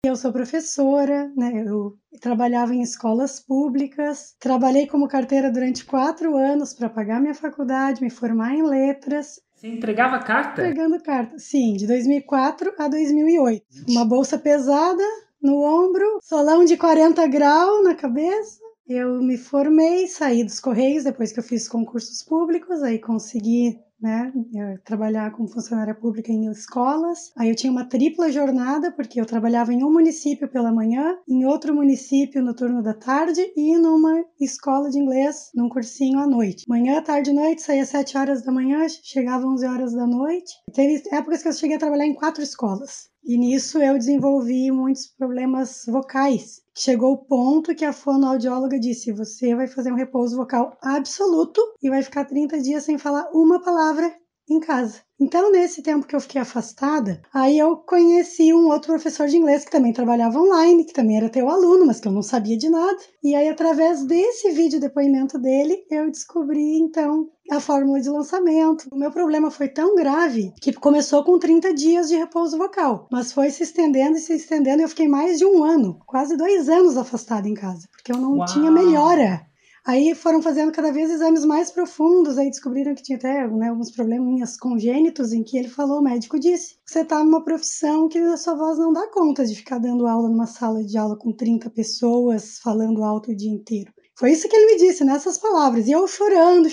Eu sou professora, né? Eu trabalhava em escolas públicas, trabalhei como carteira durante 4 anos para pagar minha faculdade, me formar em letras. Você entregava carta? Entregando carta, sim, de 2004 a 2008. Uma bolsa pesada no ombro, solão de 40 graus na cabeça. Eu me formei, saí dos Correios depois que eu fiz concursos públicos, aí consegui, né, trabalhar como funcionária pública em escolas. Aí eu tinha uma tripla jornada, porque eu trabalhava em um município pela manhã, em outro município no turno da tarde e numa escola de inglês, num cursinho à noite. Manhã, tarde e noite, saía às 7 horas da manhã, chegava às 11 horas da noite. Teve épocas que eu cheguei a trabalhar em 4 escolas. E nisso eu desenvolvi muitos problemas vocais. Chegou o ponto que a fonoaudióloga disse: você vai fazer um repouso vocal absoluto e vai ficar 30 dias sem falar uma palavra em casa. Então, nesse tempo que eu fiquei afastada, aí eu conheci um outro professor de inglês que também trabalhava online, que também era teu aluno, mas que eu não sabia de nada. E aí, através desse vídeo depoimento dele, eu descobri, então, a fórmula de lançamento. O meu problema foi tão grave que começou com 30 dias de repouso vocal, mas foi se estendendo e eu fiquei mais de 1 ano, quase 2 anos afastada em casa, porque eu não tinha Uau! melhora. Aí foram fazendo cada vez exames mais profundos, aí descobriram que tinha até, né, alguns probleminhas congênitos, em que ele falou, o médico disse, você está numa profissão que a sua voz não dá conta de ficar dando aula numa sala de aula com 30 pessoas, falando alto o dia inteiro. Foi isso que ele me disse, nessas palavras. E eu chorando.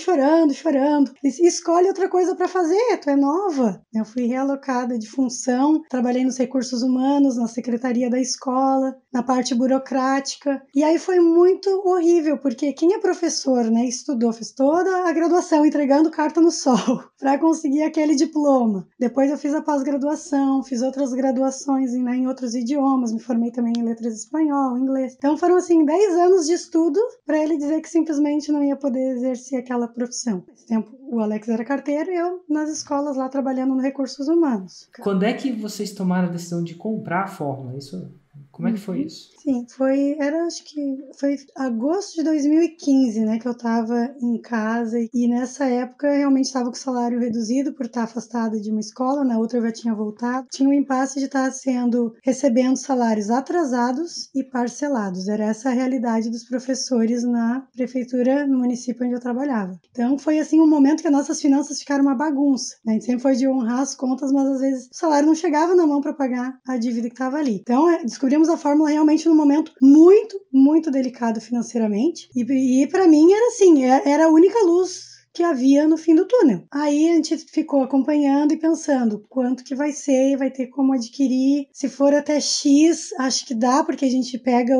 Ele disse, escolhe outra coisa para fazer, tu é nova. Eu fui realocada de função, trabalhei nos recursos humanos, na secretaria da escola, na parte burocrática. E aí foi muito horrível, porque quem é professor, né, estudou, fez toda a graduação entregando carta no sol para conseguir aquele diploma. Depois eu fiz a pós-graduação, fiz outras graduações, né, em outros idiomas, me formei também em letras espanhol, inglês. Então foram assim 10 anos de estudo para ele dizer que simplesmente não ia poder exercer aquela profissão. Nesse tempo o Alex era carteiro e eu nas escolas lá trabalhando nos recursos humanos. Quando é que vocês tomaram a decisão de comprar a fórmula? Como é que foi isso? Sim, acho que foi agosto de 2015, né, que eu estava em casa e nessa época eu realmente estava com o salário reduzido por estar afastada de uma escola, na outra eu já tinha voltado. Tinha um impasse de estar recebendo salários atrasados e parcelados. Era essa a realidade dos professores na prefeitura, no município onde eu trabalhava. Então foi assim um momento que as nossas finanças ficaram uma bagunça, né? A gente sempre foi de honrar as contas, mas às vezes o salário não chegava na mão para pagar a dívida que estava ali. Então descobrimos a fórmula realmente num momento muito, muito delicado financeiramente. E para mim era assim, era a única luz que havia no fim do túnel. Aí a gente ficou acompanhando e pensando quanto que vai ser, vai ter como adquirir. Se for até X, acho que dá, porque a gente pega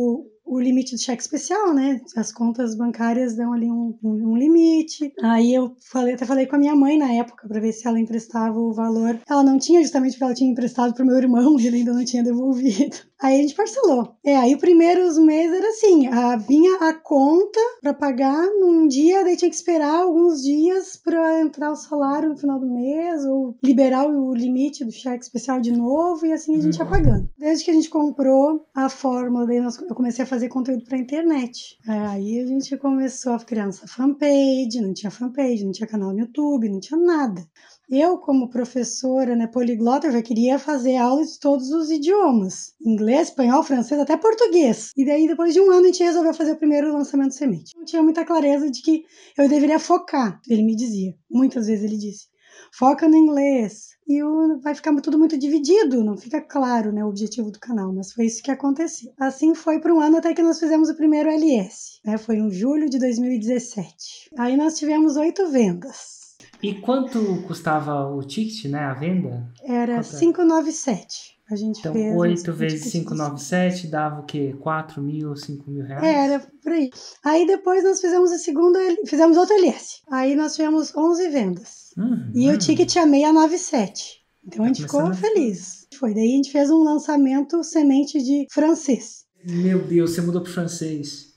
o limite do cheque especial, né? As contas bancárias dão ali um limite. Aí eu até falei com a minha mãe na época para ver se ela emprestava o valor. Ela não tinha, justamente porque ela tinha emprestado pro meu irmão e ele ainda não tinha devolvido. Aí a gente parcelou. Aí os primeiros meses era assim, vinha a conta para pagar num dia, daí tinha que esperar alguns dias para entrar o salário no final do mês ou liberar o limite do cheque especial de novo e assim a gente ia pagando. Desde que a gente comprou a fórmula, daí eu comecei a fazer conteúdo para internet. Aí a gente começou a criar nossa fanpage, não tinha canal no YouTube, não tinha nada. Eu, como professora, né, poliglota, eu já queria fazer aula de todos os idiomas. Inglês, espanhol, francês, até português. E daí, depois de 1 ano, a gente resolveu fazer o primeiro lançamento semente. Não tinha muita clareza de que eu deveria focar, ele me dizia. Muitas vezes ele disse, foca no inglês. E vai ficar tudo muito dividido, não fica claro, né, o objetivo do canal, mas foi isso que aconteceu. Assim foi por 1 ano até que nós fizemos o primeiro LS, né, foi em julho de 2017. Aí nós tivemos 8 vendas. E quanto custava o ticket, né? A venda? Era Quanto era? 597. A gente Então, fez 8 um vezes ticket de 597 dava o quê? 4.000, 5.000 Era reais? por aí. Aí depois nós fizemos fizemos outro LS. Aí nós tivemos 11 vendas. E o ticket a 697. Então a Tá gente ficou começando a ficar. feliz. Foi. Daí a gente fez um lançamento semente de francês. Meu Deus, você mudou pro francês.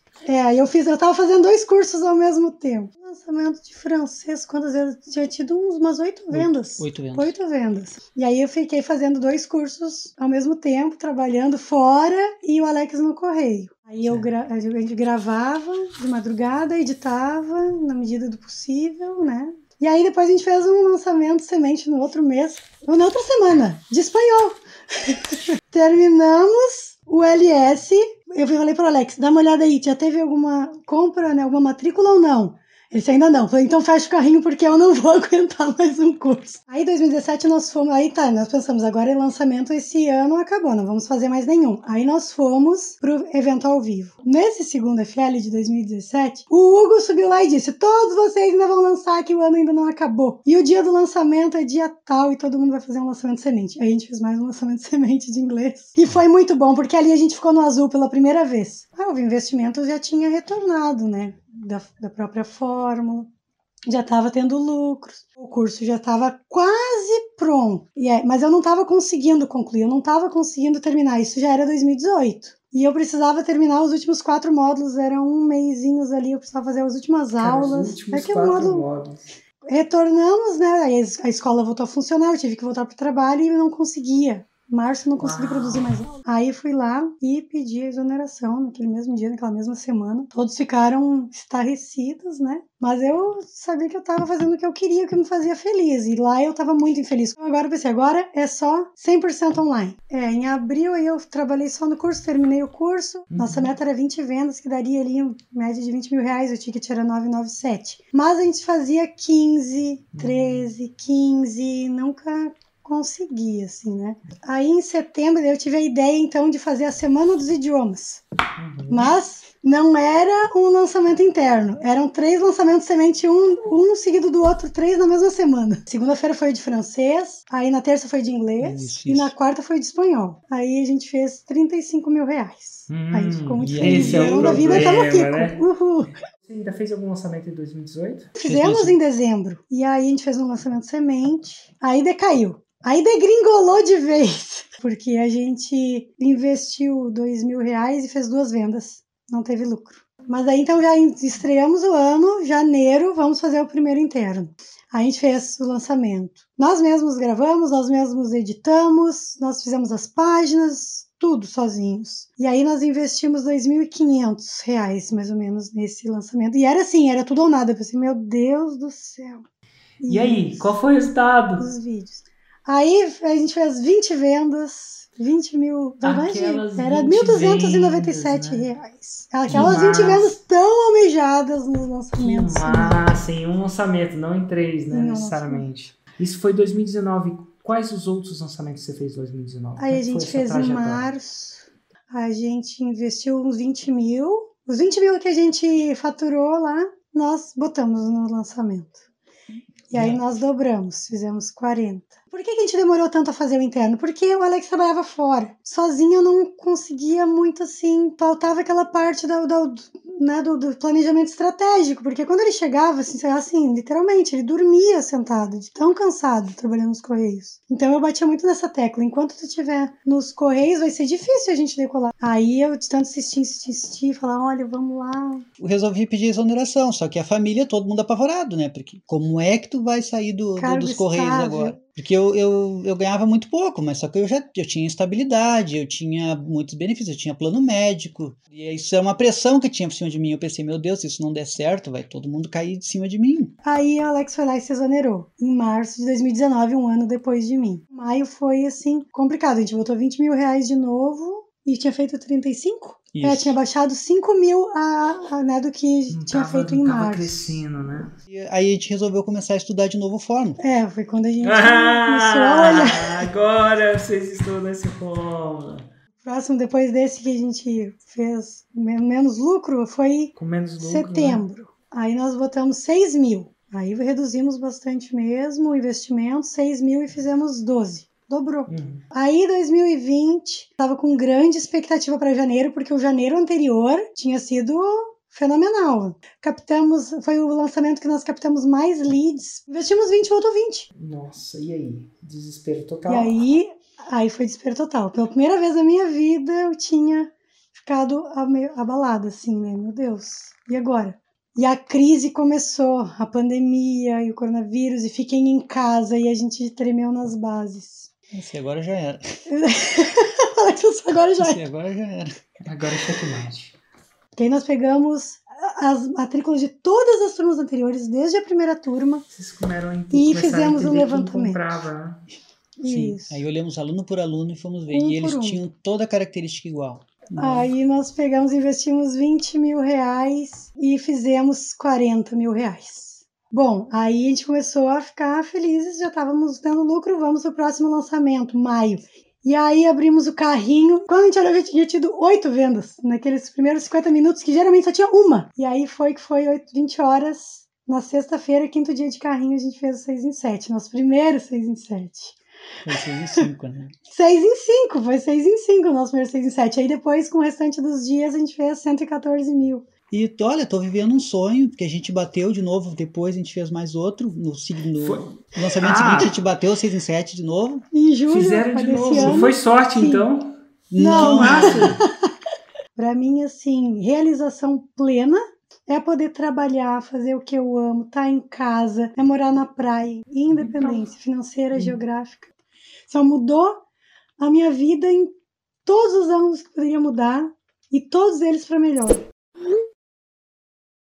Eu tava fazendo 2 cursos ao mesmo tempo. Lançamento de francês, quantas vezes? Tinha tido umas 8 vendas. 8 vendas. 8 vendas. E aí eu fiquei fazendo 2 cursos ao mesmo tempo, trabalhando fora e o Alex no correio. Aí a gente gravava de madrugada, editava na medida do possível, né? E aí depois a gente fez um lançamento semente no outro mês, ou na outra semana, de espanhol. Terminamos o LS. Eu falei pro Alex, dá uma olhada aí, já teve alguma compra, né, alguma matrícula ou não? Ele disse, ainda não. Eu falei, então fecha o carrinho porque eu não vou aguentar mais um curso. Aí, em 2017, nós fomos... Aí tá, nós pensamos, agora é lançamento, esse ano acabou, não vamos fazer mais nenhum. Aí nós fomos pro evento ao vivo. Nesse segundo FL de 2017, o Hugo subiu lá e disse, todos vocês ainda vão lançar, que o ano ainda não acabou. E o dia do lançamento é dia tal e todo mundo vai fazer um lançamento de semente. Aí a gente fez mais um lançamento de semente de inglês. E foi muito bom, porque ali a gente ficou no azul pela primeira vez. Ah, o investimento já tinha retornado, né? Da própria fórmula, já estava tendo lucros, o curso já estava quase pronto, mas eu não estava conseguindo concluir, eu não estava conseguindo terminar, isso já era 2018. E eu precisava terminar os últimos 4 módulos, eram um mesinhos ali, eu precisava fazer as últimas aulas. Os últimos 4 módulos. Retornamos, né? Aí a escola voltou a funcionar, eu tive que voltar para o trabalho e não conseguia. Março não consegui produzir mais. Aí fui lá e pedi a exoneração naquele mesmo dia, naquela mesma semana. Todos ficaram estarrecidos, né? Mas eu sabia que eu estava fazendo o que eu queria, o que me fazia feliz. E lá eu estava muito infeliz. Agora eu pensei, agora é só 100% online. Em abril aí eu trabalhei só no curso, terminei o curso. Nossa meta era 20 vendas, que daria ali em média de R$20 mil. O ticket era 997. Mas a gente fazia 15, 13, 15, nunca consegui, assim, né? Aí em setembro eu tive a ideia, então, de fazer a Semana dos Idiomas. Mas não era um lançamento interno. Eram 3 lançamentos de semente, um seguido do outro, 3 na mesma semana. Segunda-feira foi de francês, aí na terça foi de inglês, Isso. E na quarta foi de espanhol. Aí a gente fez R$35 mil. Aí a gente ficou muito feliz. Esse é o problema, tamo rico. né? Uhul. Você ainda fez algum lançamento em 2018? Fizemos em dezembro. E aí a gente fez um lançamento de semente, aí decaiu. Aí degringolou de vez, porque a gente investiu R$2 mil e fez 2 vendas. Não teve lucro. Mas aí então já estreamos o ano, janeiro, vamos fazer o primeiro interno. Aí a gente fez o lançamento. Nós mesmos gravamos, nós mesmos editamos, nós fizemos as páginas, tudo sozinhos. E aí nós investimos R$2.500, mais ou menos, nesse lançamento. E era assim, era tudo ou nada. Eu pensei, meu Deus do céu. E aí, qual foi o resultado? Os vídeos. Aí a gente fez 20 vendas, 20 mil, era R$1.297. Né? Aquelas 20 vendas tão almejadas nos lançamentos. Que massa, em um lançamento, não em 3, né, necessariamente. Isso foi 2019. Quais os outros lançamentos que você fez em 2019? Aí a gente fez em março, a gente investiu uns 20 mil. Os 20 mil que a gente faturou lá, nós botamos no lançamento. E aí nós dobramos, fizemos 40. Por que a gente demorou tanto a fazer o interno? Porque o Alex trabalhava fora. Sozinho eu não conseguia muito assim, faltava aquela parte do planejamento estratégico, porque quando ele chegava, assim, literalmente, ele dormia sentado, de tão cansado trabalhando nos Correios. Então eu batia muito nessa tecla, enquanto tu estiver nos Correios vai ser difícil a gente decolar. Aí eu de tanto insistir, falar, olha, vamos lá. Eu resolvi pedir exoneração, só que a família, todo mundo apavorado, né? Porque como é que tu vai sair dos Correios agora? Porque eu ganhava muito pouco, mas só que eu tinha estabilidade, eu tinha muitos benefícios, eu tinha plano médico. E isso é uma pressão que tinha por cima de mim. Eu pensei, meu Deus, se isso não der certo, vai todo mundo cair de cima de mim. Aí o Alex foi lá e se exonerou. Em março de 2019, um ano depois de mim. Maio foi, assim, complicado. A gente botou R$20 mil de novo e tinha feito 35? Isso. Tinha baixado 5 mil né, do que tinha feito em março. Tava crescendo, né? E aí a gente resolveu começar a estudar de novo fórmula. Foi quando a gente começou a olhar. Agora vocês estão nesse fórmula. Próximo, depois desse que a gente fez menos lucro, foi com menos lucro, setembro. Né? Aí nós botamos 6 mil. Aí reduzimos bastante mesmo o investimento, 6 mil e fizemos 12. Dobrou. Aí, 2020, estava com grande expectativa para janeiro, porque o janeiro anterior tinha sido fenomenal. Foi o lançamento que nós captamos mais leads. Investimos 20, voltou 20. Nossa, e aí? Desespero total. E aí foi desespero total. Pela primeira vez na minha vida, eu tinha ficado abalada, assim, né? Meu Deus, e agora? E a crise começou, a pandemia e o coronavírus, e fiquem em casa, e a gente tremeu nas bases. Esse agora já era. Agora já era. Agora é checkmate. E aí nós pegamos as matrículas de todas as turmas anteriores, desde a primeira turma. Vocês e fizemos um levantamento. Comprava, né? Sim, Isso. aí olhamos aluno por aluno e fomos ver. E eles tinham toda a característica igual. Aí nós pegamos, investimos 20 mil reais e fizemos 40 mil reais. Bom, aí a gente começou a ficar felizes, já estávamos tendo lucro, vamos pro próximo lançamento, maio. E aí abrimos o carrinho, quando a gente olhou, já tinha tido 8 vendas, naqueles primeiros 50 minutos, que geralmente só tinha uma. E aí foi 20 horas, na sexta-feira, quinto dia de carrinho, a gente fez o 6 em 7, nosso primeiro 6 em 7. Foi 6 em 5, né? 6 em 5, foi 6 em 5 o nosso primeiro 6 em 7. Aí depois, com o restante dos dias, a gente fez 114 mil. E olha, tô vivendo um sonho, porque a gente bateu de novo, depois a gente fez mais outro. No lançamento seguinte a gente bateu 6 em 7 de novo. Em julho, fizeram de novo. Ano, foi sorte, sim. então? Não. Massa! Pra mim, assim, realização plena é poder trabalhar, fazer o que eu amo, estar em casa, é morar na praia, independência financeira, geográfica. Só mudou a minha vida em todos os ângulos que poderia mudar, e todos eles para melhor.